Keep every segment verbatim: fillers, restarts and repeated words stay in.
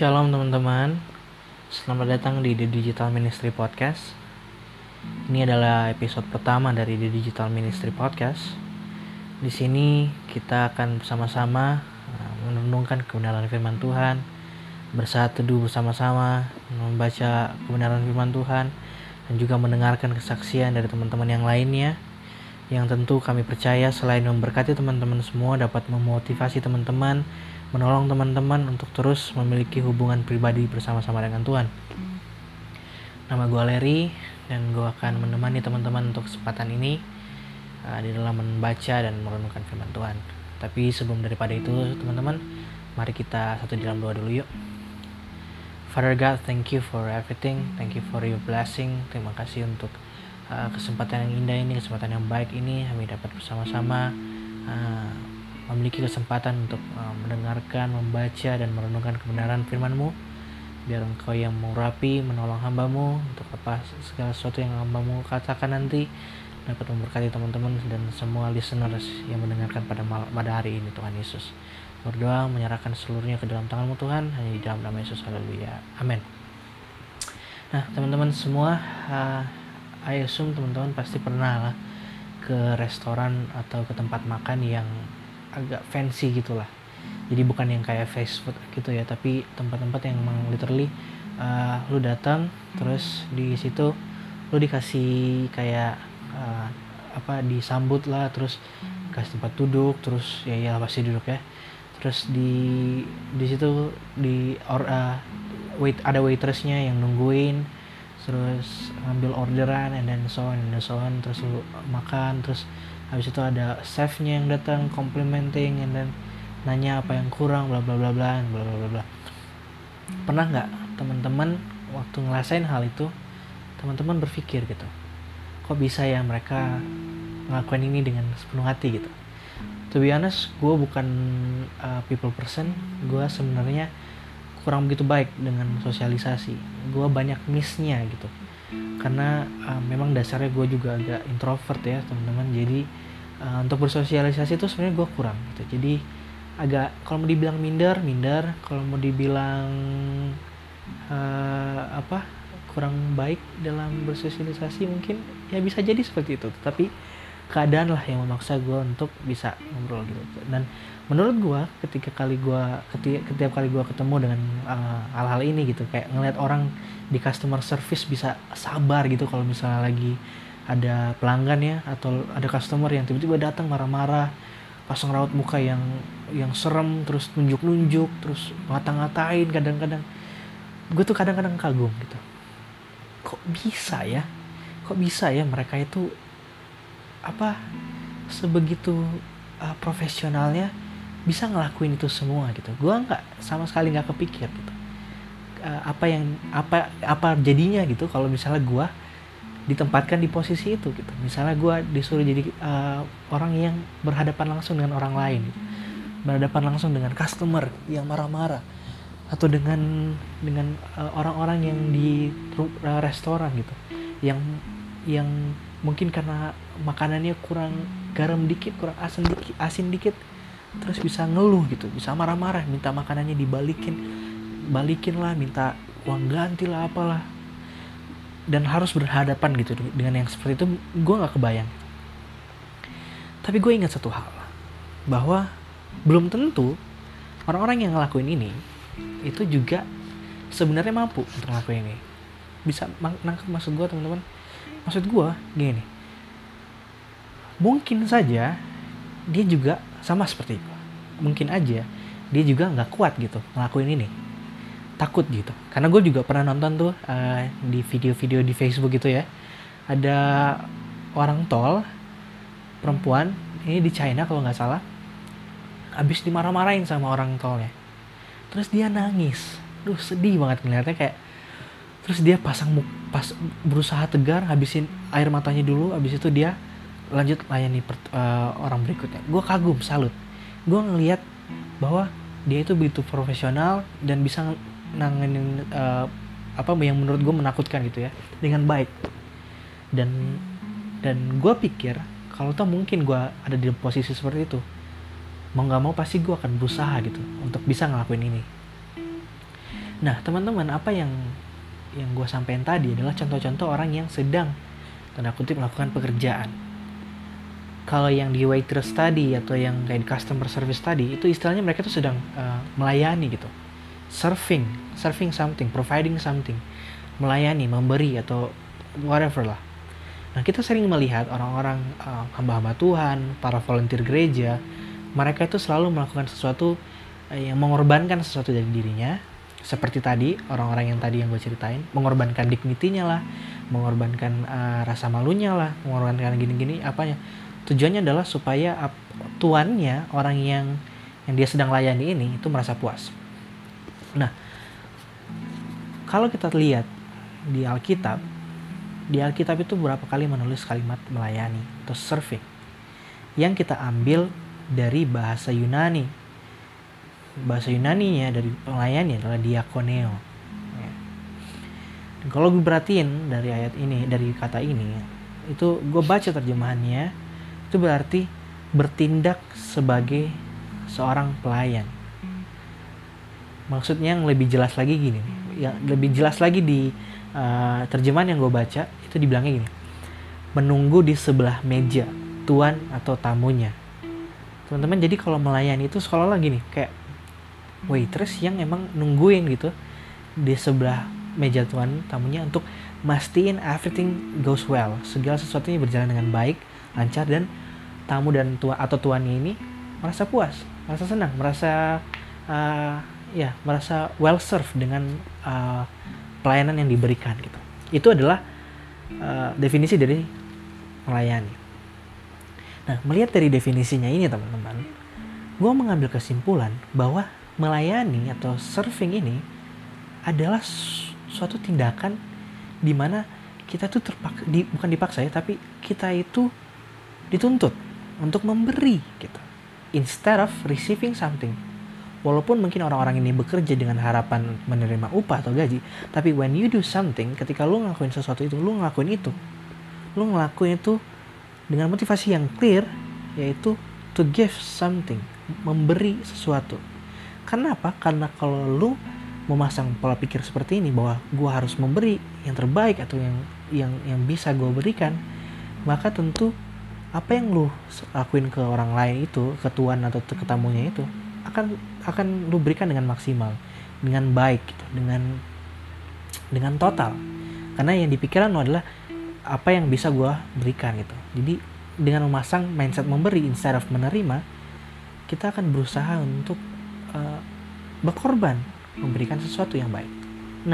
Shalom teman-teman, selamat datang di The Digital Ministry Podcast. Ini adalah episode pertama dari The Digital Ministry Podcast. Di sini kita akan bersama-sama uh, merenungkan kebenaran firman Tuhan, bersaat teduh bersama-sama, membaca kebenaran firman Tuhan, dan juga mendengarkan kesaksian dari teman-teman yang lainnya, yang tentu kami percaya selain memberkati teman-teman semua dapat memotivasi teman-teman, menolong teman-teman untuk terus memiliki hubungan pribadi bersama-sama dengan Tuhan. Nama gue Larry dan gue akan menemani teman-teman untuk kesempatan ini uh, di dalam membaca dan merenungkan firman Tuhan. Tapi sebelum daripada itu teman-teman, mari kita satu di dalam doa dulu yuk. Father God, thank you for everything, thank you for your blessing. Terima kasih untuk uh, kesempatan yang indah ini, kesempatan yang baik ini kami dapat bersama-sama uh, memiliki kesempatan untuk uh, mendengarkan, membaca, dan merenungkan kebenaran firman-Mu. Biar Engkau yang mengurapi, menolong hamba-Mu untuk apa segala sesuatu yang hamba-Mu katakan nanti dapat memberkati teman-teman dan semua listeners yang mendengarkan pada mal- pada hari ini, Tuhan Yesus. Berdoa menyerahkan seluruhnya ke dalam tangan-Mu Tuhan, hanya di dalam nama Yesus. Haleluya. Amin. Nah, teman-teman semua, uh, I assume teman-teman pasti pernah lah ke restoran atau ke tempat makan yang agak fancy gitulah. Jadi bukan yang kayak fast food gitu ya, tapi tempat-tempat yang memang literally uh, lu datang terus di situ lu dikasih kayak uh, apa disambut lah, terus kasih tempat duduk, terus ya ya pasti duduk ya. Terus di di situ di or uh, wait ada waitressnya yang nungguin, terus ngambil orderan and then so on and so on, terus lu makan, terus habis itu ada chefnya yang datang complimenting and then nanya apa yang kurang, bla bla bla bla bla bla bla. Pernah nggak teman-teman waktu ngerasain hal itu, teman-teman berpikir gitu, kok bisa ya mereka ngelakuin ini dengan sepenuh hati gitu? To be honest, gue bukan uh, people person, gue sebenarnya kurang begitu baik dengan sosialisasi. Gue banyak miss-nya gitu. Karena uh, memang dasarnya gue juga agak introvert ya teman-teman. Jadi uh, untuk bersosialisasi itu sebenarnya gue kurang gitu. Jadi agak kalau mau dibilang minder, minder. Kalau mau dibilang uh, apa kurang baik dalam bersosialisasi mungkin ya bisa jadi seperti itu. Tapi keadaan lah yang memaksa gue untuk bisa ngobrol gitu. Dan menurut gue ketika kali gue ketika, setiap kali gue ketemu dengan uh, hal-hal ini gitu, kayak ngeliat orang di customer service bisa sabar gitu kalau misalnya lagi ada pelanggan ya, atau ada customer yang tiba-tiba datang marah-marah, pasang raut muka yang yang serem, terus nunjuk-nunjuk, terus ngata-ngatain. Kadang-kadang gue tuh kadang-kadang kagum gitu, kok bisa ya kok bisa ya mereka itu apa sebegitu uh, profesionalnya bisa ngelakuin itu semua gitu. Gue nggak sama sekali nggak kepikir gitu uh, apa yang apa apa jadinya gitu kalau misalnya gue ditempatkan di posisi itu gitu. Misalnya gue disuruh jadi uh, orang yang berhadapan langsung dengan orang lain gitu. Berhadapan langsung dengan customer yang marah-marah, atau dengan dengan uh, orang-orang yang di uh, restoran gitu, yang yang mungkin karena makanannya kurang garam dikit, kurang asin dikit, asin dikit, terus bisa ngeluh gitu, bisa marah-marah, minta makanannya dibalikin, balikin lah, minta uang ganti lah, apalah, dan harus berhadapan gitu dengan yang seperti itu. Gue nggak kebayang. Tapi gue ingat satu hal, bahwa belum tentu orang-orang yang ngelakuin ini itu juga sebenarnya mampu untuk ngelakuin ini. Bisa nangkep maksud gue teman-teman? Maksud gue gini, mungkin saja dia juga sama seperti itu. Mungkin aja dia juga nggak kuat gitu ngelakuin ini, takut gitu. Karena gue juga pernah nonton tuh uh, di video-video di Facebook gitu ya, ada orang tol perempuan ini di China kalau nggak salah, abis dimarah-marahin sama orang tolnya, terus dia nangis. Duh, sedih banget ngeliatnya, kayak terus dia pasang pas berusaha tegar, habisin air matanya dulu, habis itu dia lanjut layani per, uh, orang berikutnya. Gue kagum, salut. Gue ngelihat bahwa dia itu begitu profesional dan bisa nanganin uh, apa yang menurut gue menakutkan gitu ya dengan baik. Dan dan gue pikir kalau tuh mungkin gue ada di posisi seperti itu, mau nggak mau pasti gue akan berusaha gitu untuk bisa ngelakuin ini. Nah, teman-teman, apa yang yang gue sampaikan tadi adalah contoh-contoh orang yang sedang tanda kutip melakukan pekerjaan. Kalau yang di waitress tadi atau yang kayak di customer service tadi, itu istilahnya mereka tuh sedang uh, melayani gitu, serving, serving something, providing something, melayani, memberi atau whatever lah. Nah, kita sering melihat orang-orang uh, hamba-hamba Tuhan, para volunteer gereja, mereka itu selalu melakukan sesuatu uh, yang mengorbankan sesuatu dari dirinya. Seperti tadi, orang-orang yang tadi yang gue ceritain, mengorbankan dignity-nya lah, mengorbankan uh, rasa malunya lah, mengorbankan gini-gini, apanya. Tujuannya adalah supaya uh, tuannya, orang yang yang dia sedang layani ini, itu merasa puas. Nah, kalau kita lihat di Alkitab, di Alkitab itu berapa kali menulis kalimat melayani atau serving yang kita ambil dari bahasa Yunani. Bahasa Yunaninya dari melayani adalah diakoneo. Ya. Dan kalau gue perhatiin dari ayat ini, dari kata ini, itu gue baca terjemahannya, itu berarti bertindak sebagai seorang pelayan. Maksudnya yang lebih jelas lagi gini, yang lebih jelas lagi di uh, terjemahan yang gue baca itu dibilangnya gini, menunggu di sebelah meja tuan atau tamunya. Teman-teman, jadi kalau melayani itu seolah-olah gini, kayak waitress yang emang nungguin gitu di sebelah meja tuan tamunya untuk mastiin everything goes well, segala sesuatunya berjalan dengan baik, lancar, dan tamu dan tuan atau tuannya ini merasa puas, merasa senang, merasa uh, ya merasa well served dengan uh, pelayanan yang diberikan gitu. Itu adalah uh, definisi dari melayani. Nah, melihat dari definisinya ini teman-teman, gue mengambil kesimpulan bahwa melayani atau serving ini adalah suatu tindakan di mana kita tuh terpaksa, di, bukan dipaksa ya, tapi kita itu dituntut untuk memberi gitu, instead of receiving something. Walaupun mungkin orang-orang ini bekerja dengan harapan menerima upah atau gaji, tapi when you do something, ketika lu ngelakuin sesuatu itu, lu ngelakuin itu, lu ngelakuin itu dengan motivasi yang clear, yaitu to give something, memberi sesuatu. Kenapa? Karena kalau lu memasang pola pikir seperti ini bahwa gue harus memberi yang terbaik atau yang yang yang bisa gue berikan, maka tentu apa yang lu lakuin ke orang lain itu, ke tuan atau ke tamunya itu akan akan lu berikan dengan maksimal, dengan baik gitu, dengan dengan total. Karena yang dipikiran lu adalah apa yang bisa gue berikan gitu. Jadi dengan memasang mindset memberi instead of menerima, kita akan berusaha untuk Uh, berkorban, memberikan sesuatu yang baik. Nah,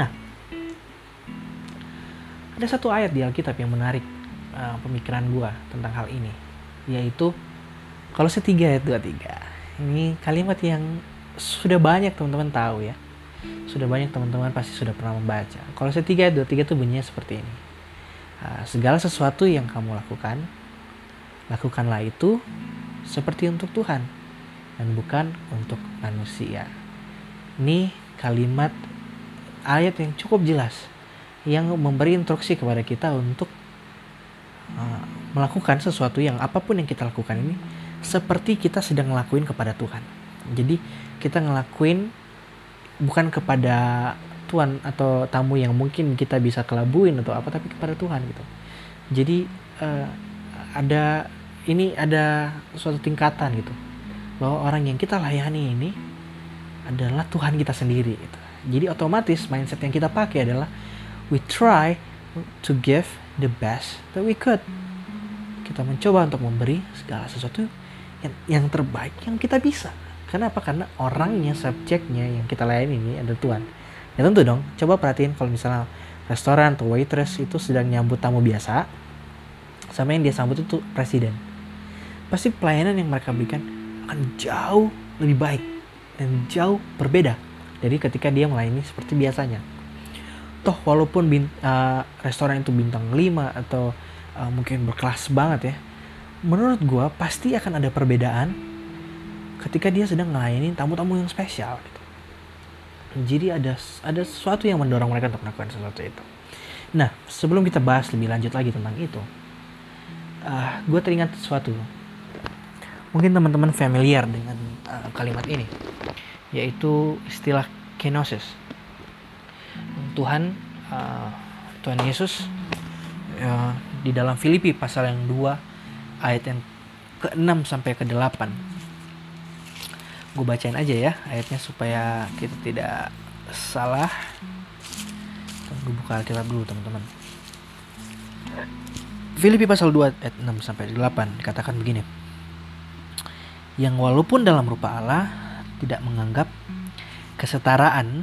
ada satu ayat di Alkitab yang menarik uh, pemikiran gue tentang hal ini, yaitu Kolose tiga ayat dua puluh tiga. Ini kalimat yang sudah banyak teman-teman tahu ya, sudah banyak teman-teman pasti sudah pernah membaca. Kolose tiga ayat dua puluh tiga itu bunyinya seperti ini, uh, segala sesuatu yang kamu lakukan, lakukanlah itu seperti untuk Tuhan dan bukan untuk manusia. Ini kalimat ayat yang cukup jelas yang memberi instruksi kepada kita untuk uh, melakukan sesuatu yang apapun yang kita lakukan ini seperti kita sedang ngelakuin kepada Tuhan. Jadi kita ngelakuin bukan kepada tuan atau tamu yang mungkin kita bisa kelabuin atau apa, tapi kepada Tuhan gitu. Jadi uh, ada ini ada suatu tingkatan gitu, bahwa orang yang kita layani ini adalah Tuhan kita sendiri gitu. Jadi otomatis mindset yang kita pakai adalah we try to give the best that we could. Kita mencoba untuk memberi segala sesuatu yang, yang terbaik yang kita bisa. Kenapa? Karena orangnya, subjeknya yang kita layani ini adalah Tuhan. Ya tentu dong, coba perhatiin kalau misalnya restoran atau waitress itu sedang nyambut tamu biasa, sama yang dia sambut itu presiden. Pasti pelayanan yang mereka berikan akan jauh lebih baik dan jauh berbeda dari ketika dia melayani seperti biasanya. Toh walaupun bin, uh, restoran itu bintang lima atau uh, mungkin berkelas banget ya, menurut gue pasti akan ada perbedaan ketika dia sedang melayani tamu-tamu yang spesial gitu. Jadi ada ada sesuatu yang mendorong mereka untuk melakukan sesuatu itu. Nah, sebelum kita bahas lebih lanjut lagi tentang itu, uh, gue teringat sesuatu. Mungkin teman-teman familiar dengan uh, kalimat ini, yaitu istilah kenosis. Tuhan uh, Tuhan Yesus uh, di dalam Filipi pasal yang dua ayat yang keenam sampai ke delapan. Gue bacain aja ya ayatnya supaya kita tidak salah. Gue buka Alkitab dulu teman-teman. Filipi pasal dua ayat enam sampai delapan dikatakan begini. Yang walaupun dalam rupa Allah tidak menganggap kesetaraan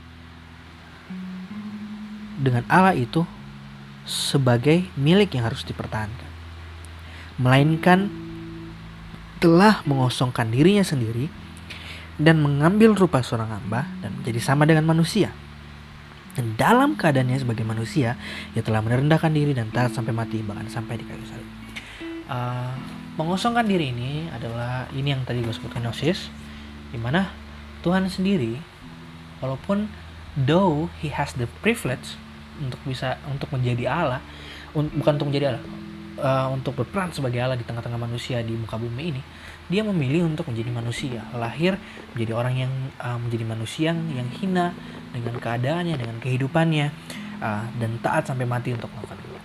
dengan Allah itu sebagai milik yang harus dipertahankan, melainkan telah mengosongkan dirinya sendiri dan mengambil rupa seorang hamba dan menjadi sama dengan manusia. Dan dalam keadaannya sebagai manusia, ia telah merendahkan diri dan taat sampai mati, bahkan sampai di kayu salib. Uh, mengosongkan diri ini adalah ini yang tadi gue sebutkan gnosis, di mana Tuhan sendiri, walaupun though he has the privilege untuk bisa untuk menjadi Allah, un, bukan untuk menjadi Allah, uh, untuk berperan sebagai Allah di tengah-tengah manusia di muka bumi ini, dia memilih untuk menjadi manusia, lahir menjadi orang yang uh, menjadi manusia yang hina dengan keadaannya, dengan kehidupannya, uh, dan taat sampai mati untuk melakukan itu.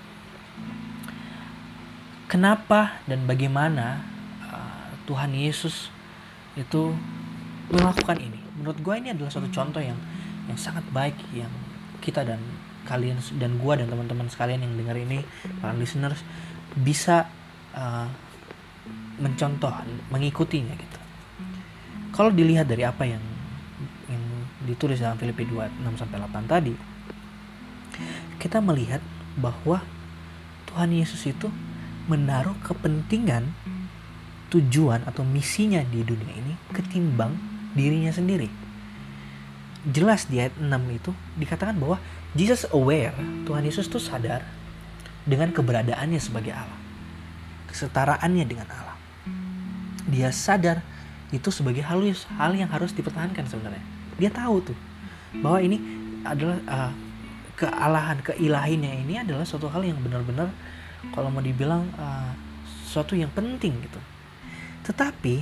Kenapa dan bagaimana uh, Tuhan Yesus itu melakukan ini? Menurut gue ini adalah suatu contoh yang yang sangat baik yang kita dan kalian dan gue dan teman-teman sekalian yang dengar ini, para listeners, bisa uh, mencontoh, mengikutinya gitu. Kalau dilihat dari apa yang yang ditulis dalam Filipi dua enam sampai delapan tadi, kita melihat bahwa Tuhan Yesus itu menaruh kepentingan, tujuan atau misinya di dunia ini ketimbang dirinya sendiri. Jelas di ayat enam itu dikatakan bahwa Jesus aware, Tuhan Yesus itu sadar dengan keberadaannya sebagai Allah, kesetaraannya dengan Allah. Dia sadar itu sebagai hal, hal yang harus dipertahankan sebenarnya. Dia tahu tuh bahwa ini adalah uh, kealahan, keilahinya ini adalah suatu hal yang benar-benar kalau mau dibilang uh, sesuatu yang penting gitu. Tetapi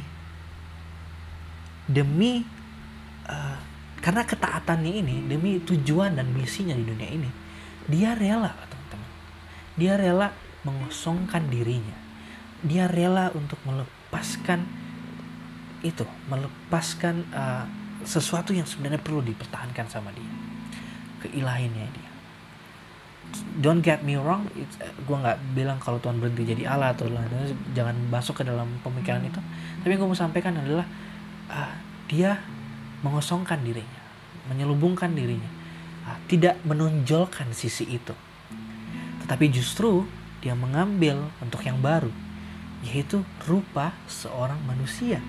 demi uh, karena ketaatannya ini, demi tujuan dan misinya di dunia ini, dia rela teman-teman. Dia rela mengosongkan dirinya. Dia rela untuk melepaskan itu, melepaskan uh, sesuatu yang sebenarnya perlu dipertahankan sama dia, keilahiannya dia. Don't get me wrong, gue nggak bilang kalau Tuhan berhenti jadi Allah atau jangan masuk ke dalam pemikiran itu. Tapi yang gue mau sampaikan adalah uh, dia mengosongkan dirinya, menyelubungkan dirinya, uh, tidak menonjolkan sisi itu, tetapi justru dia mengambil untuk yang baru, yaitu rupa seorang manusia.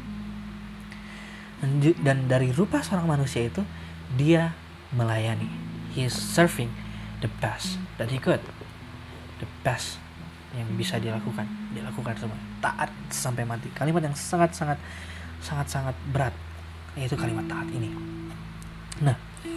Dan dari rupa seorang manusia itu dia melayani. He is serving the best that he could, the best yang bisa dilakukan, dilakukan semua, taat sampai mati. Kalimat yang sangat sangat sangat sangat berat, yaitu kalimat taat ini. Nah,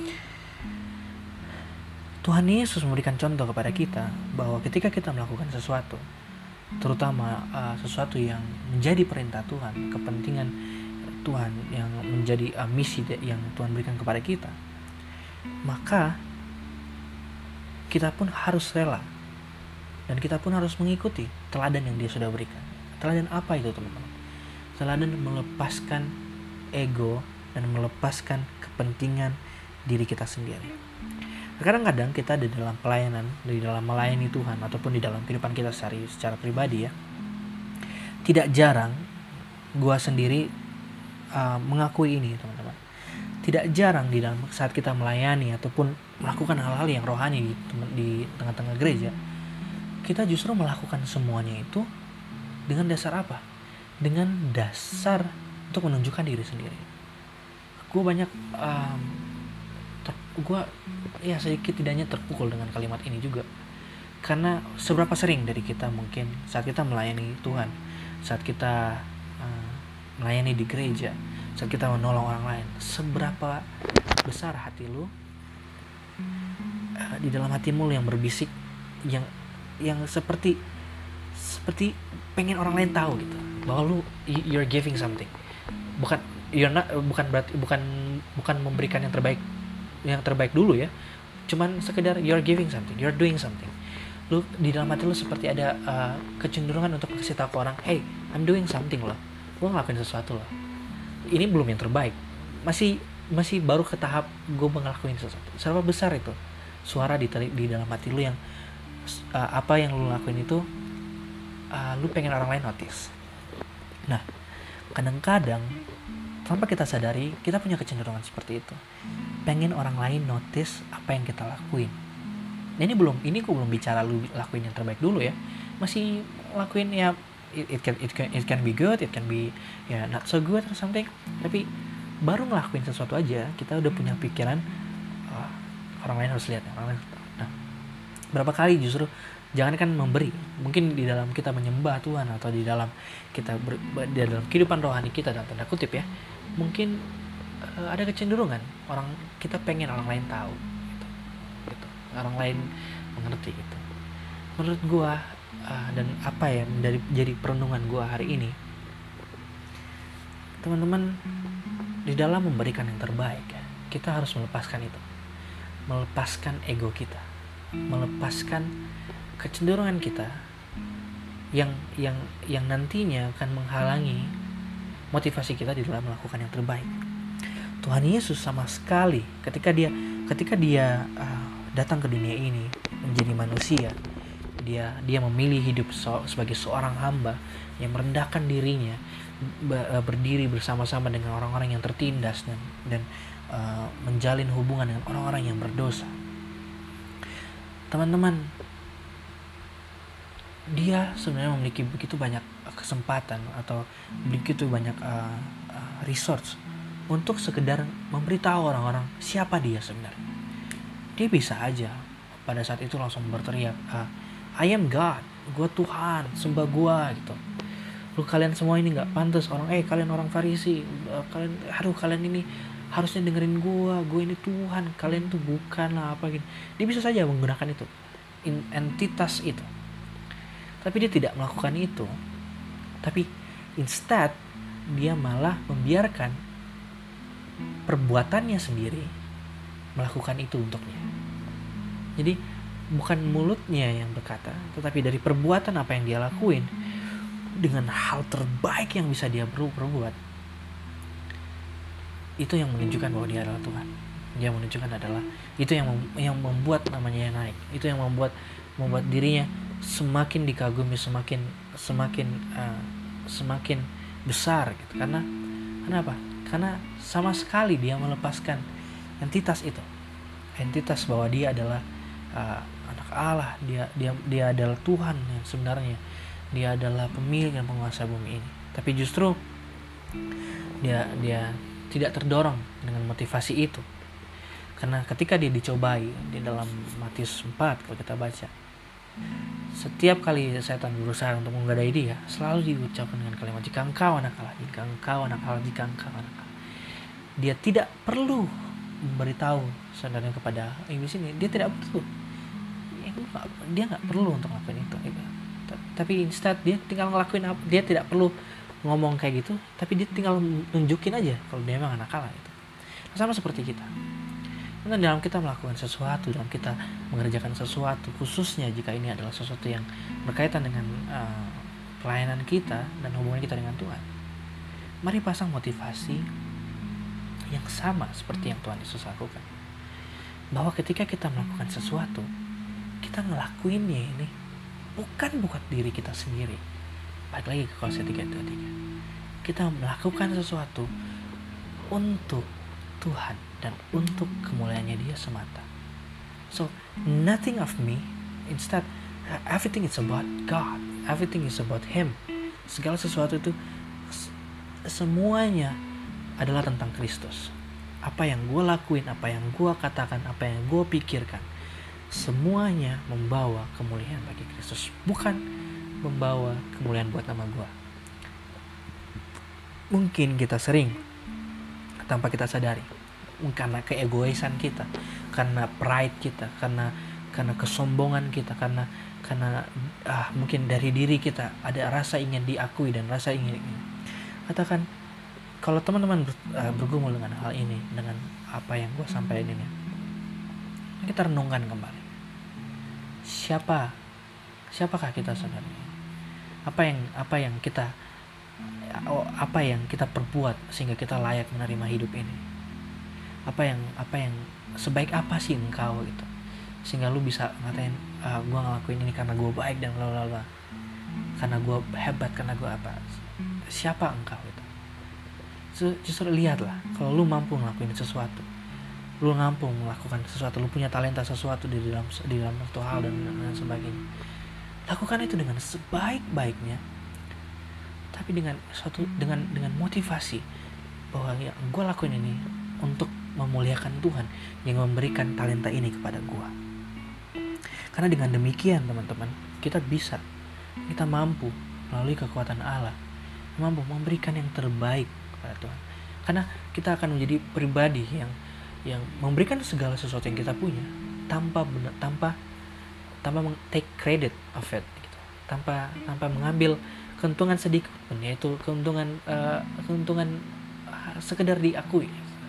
Tuhan Yesus memberikan contoh kepada kita bahwa ketika kita melakukan sesuatu, terutama uh, sesuatu yang menjadi perintah Tuhan, kepentingan Tuhan, yang menjadi uh, misi yang Tuhan berikan kepada kita, maka kita pun harus rela dan kita pun harus mengikuti teladan yang dia sudah berikan. Teladan apa itu teman-teman? Teladan melepaskan ego dan melepaskan kepentingan diri kita sendiri. Kadang-kadang kita di dalam pelayanan, di dalam melayani Tuhan ataupun di dalam kehidupan kita secara, secara pribadi ya, tidak jarang gua sendiri uh, mengakui ini teman-teman. Tidak jarang di dalam saat kita melayani ataupun melakukan hal-hal yang rohani di, di tengah-tengah gereja, kita justru melakukan semuanya itu dengan dasar apa? Dengan dasar untuk menunjukkan diri sendiri. Gue banyak, um, gue ya sedikit tidaknya terpukul dengan kalimat ini juga. Karena seberapa sering dari kita mungkin saat kita melayani Tuhan, saat kita uh, melayani di gereja, saat kita menolong orang lain, seberapa besar hati lu, uh, di dalam hatimu yang berbisik, yang yang seperti seperti pengen orang lain tahu gitu bahwa lu you're giving something, bukan you're not, bukan berarti bukan bukan memberikan yang terbaik yang terbaik dulu ya, cuman sekedar you're giving something, you're doing something. Lu di dalam hati lu seperti ada uh, kecenderungan untuk kasih tahu ke orang, hey, I'm doing something loh, gue ngelakuin sesuatu loh. Ini belum yang terbaik, masih masih baru ke tahap gue ngelakuin sesuatu. Seberapa besar itu suara di, di dalam hati lu yang uh, apa yang lu lakuin itu uh, lu pengen orang lain notice. Nah, kadang-kadang tanpa kita sadari kita punya kecenderungan seperti itu, pengen orang lain notice apa yang kita lakuin. Nah, ini belum, ini gue belum bicara lu lakuin yang terbaik dulu ya, masih lakuin ya it, it can it can it can be good, it can be ya yeah, not so good or something. Tapi baru ngelakuin sesuatu aja kita udah punya pikiran oh, orang lain harus lihat, orang lain. Nah, berapa kali justru jangan kan memberi, mungkin di dalam kita menyembah Tuhan atau di dalam kita ber, di dalam kehidupan rohani kita dalam tanda kutip ya, mungkin uh, ada kecenderungan orang kita pengen orang lain tahu gitu, gitu. Orang lain mengerti gitu. Menurut gua uh, dan apa ya dari jadi perenungan gua hari ini, teman-teman, di dalam memberikan yang terbaik ya, kita harus melepaskan itu, melepaskan ego kita, melepaskan kecenderungan kita yang yang yang nantinya akan menghalangi motivasi kita di dalam melakukan yang terbaik. Tuhan Yesus sama sekali ketika dia ketika dia uh, datang ke dunia ini menjadi manusia, dia dia memilih hidup so, sebagai seorang hamba yang merendahkan dirinya, berdiri bersama-sama dengan orang-orang yang tertindas dan dan uh, menjalin hubungan dengan orang-orang yang berdosa. Teman-teman, dia sebenarnya memiliki begitu banyak kesempatan atau begitu banyak uh, uh, resource untuk sekedar memberitahu orang-orang siapa dia sebenarnya. Dia bisa aja pada saat itu langsung berteriak, uh, I am God, gue Tuhan, sembah gue gitu. Lu kalian semua ini nggak pantas orang, eh kalian orang Farisi, uh, kalian, aduh kalian ini harusnya dengerin gue, gue ini Tuhan, kalian tuh bukan lah apa gitu. Dia bisa saja menggunakan itu, entitas itu. Tapi dia tidak melakukan itu. Tapi instead dia malah membiarkan perbuatannya sendiri melakukan itu untuknya. Jadi bukan mulutnya yang berkata, tetapi dari perbuatan apa yang dia lakuin dengan hal terbaik yang bisa dia perbuat, itu yang menunjukkan bahwa dia adalah Tuhan. Dia menunjukkan adalah itu yang mem- yang membuat namanya naik. Itu yang membuat membuat dirinya semakin dikagumi, semakin semakin uh, semakin besar gitu. Karena kenapa? Karena sama sekali dia melepaskan entitas itu, entitas bahwa dia adalah uh, anak Allah, dia dia dia adalah Tuhan yang sebenarnya, dia adalah pemilik dan penguasa bumi ini. Tapi justru dia dia tidak terdorong dengan motivasi itu, karena ketika dia dicobai di dalam Matius empat kalau kita baca, setiap kali setan berusaha untuk menggodai dia, selalu diucapkan dengan kalimat jika engkau anak Allah, jika engkau anak Allah, jika engkau anak Allah. Dia tidak perlu memberitahu sebenarnya kepada iblis ini, dia tidak perlu, dia nggak perlu untuk ngelakuin itu. Tapi instead dia tinggal ngelakuin apa, dia tidak perlu ngomong kayak gitu, tapi dia tinggal nunjukin aja kalau dia memang anak Allah itu. Sama seperti kita. Karena dalam kita melakukan sesuatu, dalam kita mengerjakan sesuatu, khususnya jika ini adalah sesuatu yang berkaitan dengan uh, pelayanan kita dan hubungan kita dengan Tuhan, mari pasang motivasi yang sama seperti yang Tuhan Yesus lakukan. Bahwa ketika kita melakukan sesuatu, kita ngelakuinnya ini bukan buat diri kita sendiri. Balik lagi ke Kolose tiga dua tiga. Kita melakukan sesuatu untuk Tuhan dan untuk kemuliaannya Dia semata. So, nothing of me, instead everything is about God. Everything is about Him. Segala sesuatu itu semuanya adalah tentang Kristus. Apa yang gue lakuin, apa yang gue katakan, apa yang gue pikirkan, semuanya membawa kemuliaan bagi Kristus, bukan membawa kemuliaan buat nama gue. Mungkin kita sering tanpa kita sadari, karena keegoisan kita, karena pride kita, karena karena kesombongan kita, karena karena ah, mungkin dari diri kita ada rasa ingin diakui dan rasa ingin, ingin. Katakan, kalau teman-teman ber, uh, bergumul dengan hal ini, dengan apa yang gue sampaikan ini, Kita renungkan kembali. Siapa siapakah kita sebenarnya? Apa yang apa yang kita apa yang kita perbuat sehingga kita layak menerima hidup ini? Apa yang apa yang sebaik apa sih engkau gitu? Sehingga lu bisa ngatain, ah, gue ngelakuin ini karena gue baik dan lalala, karena gue hebat, karena gue apa? Siapa engkau itu? Justru lihatlah, kalau lu mampu ngelakuin sesuatu, lu mampu melakukan sesuatu, lu punya talenta sesuatu di dalam di dalam satu hal dan, dan sebagainya, lakukan itu dengan sebaik-baiknya, tapi dengan suatu dengan dengan motivasi bahwa ya gue lakuin ini untuk memuliakan Tuhan yang memberikan talenta ini kepada gue. Karena dengan demikian teman-teman, kita bisa, kita mampu melalui kekuatan Allah, mampu memberikan yang terbaik kepada Tuhan. Karena kita akan menjadi pribadi yang yang memberikan segala sesuatu yang kita punya tanpa benar, tanpa tanpa take credit of it gitu. tanpa tanpa mengambil keuntungan sedikit pun, yaitu keuntungan uh, keuntungan uh, sekedar diakui.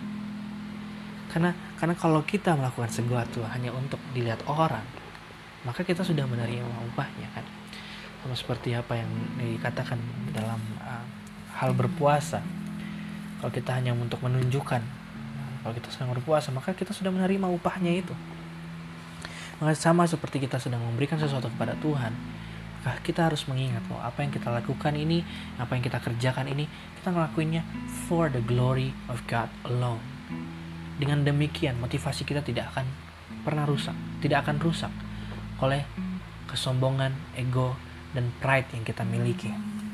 Karena karena kalau kita melakukan sesuatu hanya untuk dilihat orang, maka kita sudah menerima upahnya kan. Sama seperti apa yang dikatakan dalam uh, hal berpuasa. Kalau kita hanya untuk menunjukkan kalau kita sedang berpuasa, maka kita sudah menerima upahnya itu. Maka sama seperti kita sedang memberikan sesuatu kepada Tuhan, maka kita harus mengingat bahwa apa yang kita lakukan ini, apa yang kita kerjakan ini, kita ngelakuinnya for the glory of God alone. Dengan demikian motivasi kita tidak akan pernah rusak, tidak akan rusak oleh kesombongan, ego, dan pride yang kita miliki.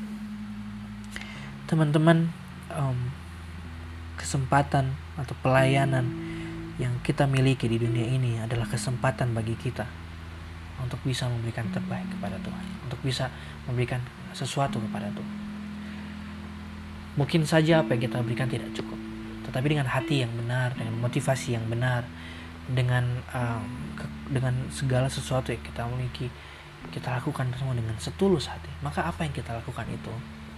Teman-teman, um, kesempatan atau pelayanan yang kita miliki di dunia ini adalah kesempatan bagi kita untuk bisa memberikan terbaik kepada Tuhan, untuk bisa memberikan sesuatu kepada Tuhan. Mungkin saja apa yang kita berikan tidak cukup, tetapi dengan hati yang benar, dengan motivasi yang benar, dengan um, ke- dengan segala sesuatu yang kita miliki, kita lakukan semua dengan setulus hati, maka apa yang kita lakukan itu,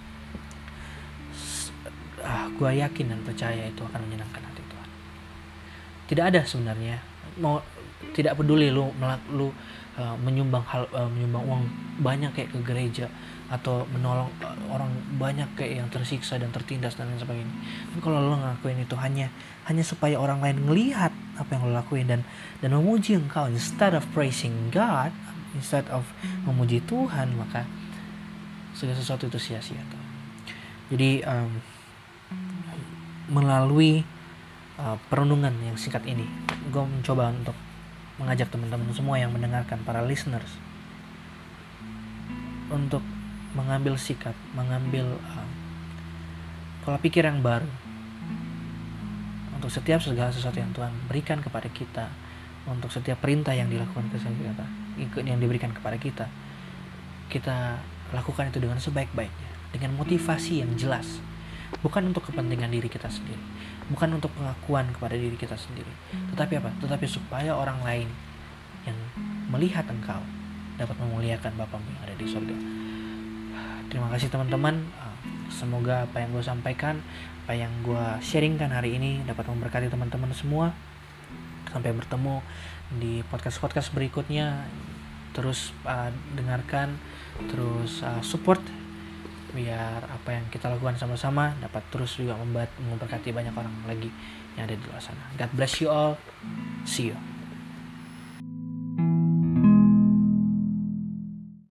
ah, gue yakin dan percaya itu akan menyenangkan hati Tuhan. Tidak ada sebenarnya, mau tidak peduli lu lu uh, menyumbang hal uh, menyumbang uang banyak kayak ke gereja atau menolong uh, orang banyak kayak yang tersiksa dan tertindas dan lain sebagainya. Tapi kalau lu ngelakuin itu hanya hanya supaya orang lain ngelihat apa yang lu lakuin dan dan memuji engkau instead of praising God, instead of memuji Tuhan, maka segala sesuatu itu sia-sia tuh. Jadi um, melalui uh, perenungan yang singkat ini, gue mencoba untuk mengajak teman-teman semua yang mendengarkan, para listeners, untuk mengambil sikap, mengambil uh, pola pikir yang baru untuk setiap segala sesuatu yang Tuhan berikan kepada kita, untuk setiap perintah yang dilakukan ke kita, yang diberikan kepada kita, kita lakukan itu dengan sebaik-baiknya, dengan motivasi yang jelas. Bukan untuk kepentingan diri kita sendiri, bukan untuk pengakuan kepada diri kita sendiri, tetapi apa? Tetapi supaya orang lain yang melihat engkau dapat memuliakan Bapamu yang ada di surga. Terima kasih teman-teman. Semoga apa yang gue sampaikan, apa yang gue sharingkan hari ini dapat memberkati teman-teman semua. Sampai bertemu di podcast-podcast berikutnya. Terus uh, dengarkan, terus uh, support, biar apa yang kita lakukan sama-sama dapat terus juga membuat memberkati banyak orang lagi yang ada di luar sana. God bless you all. See you.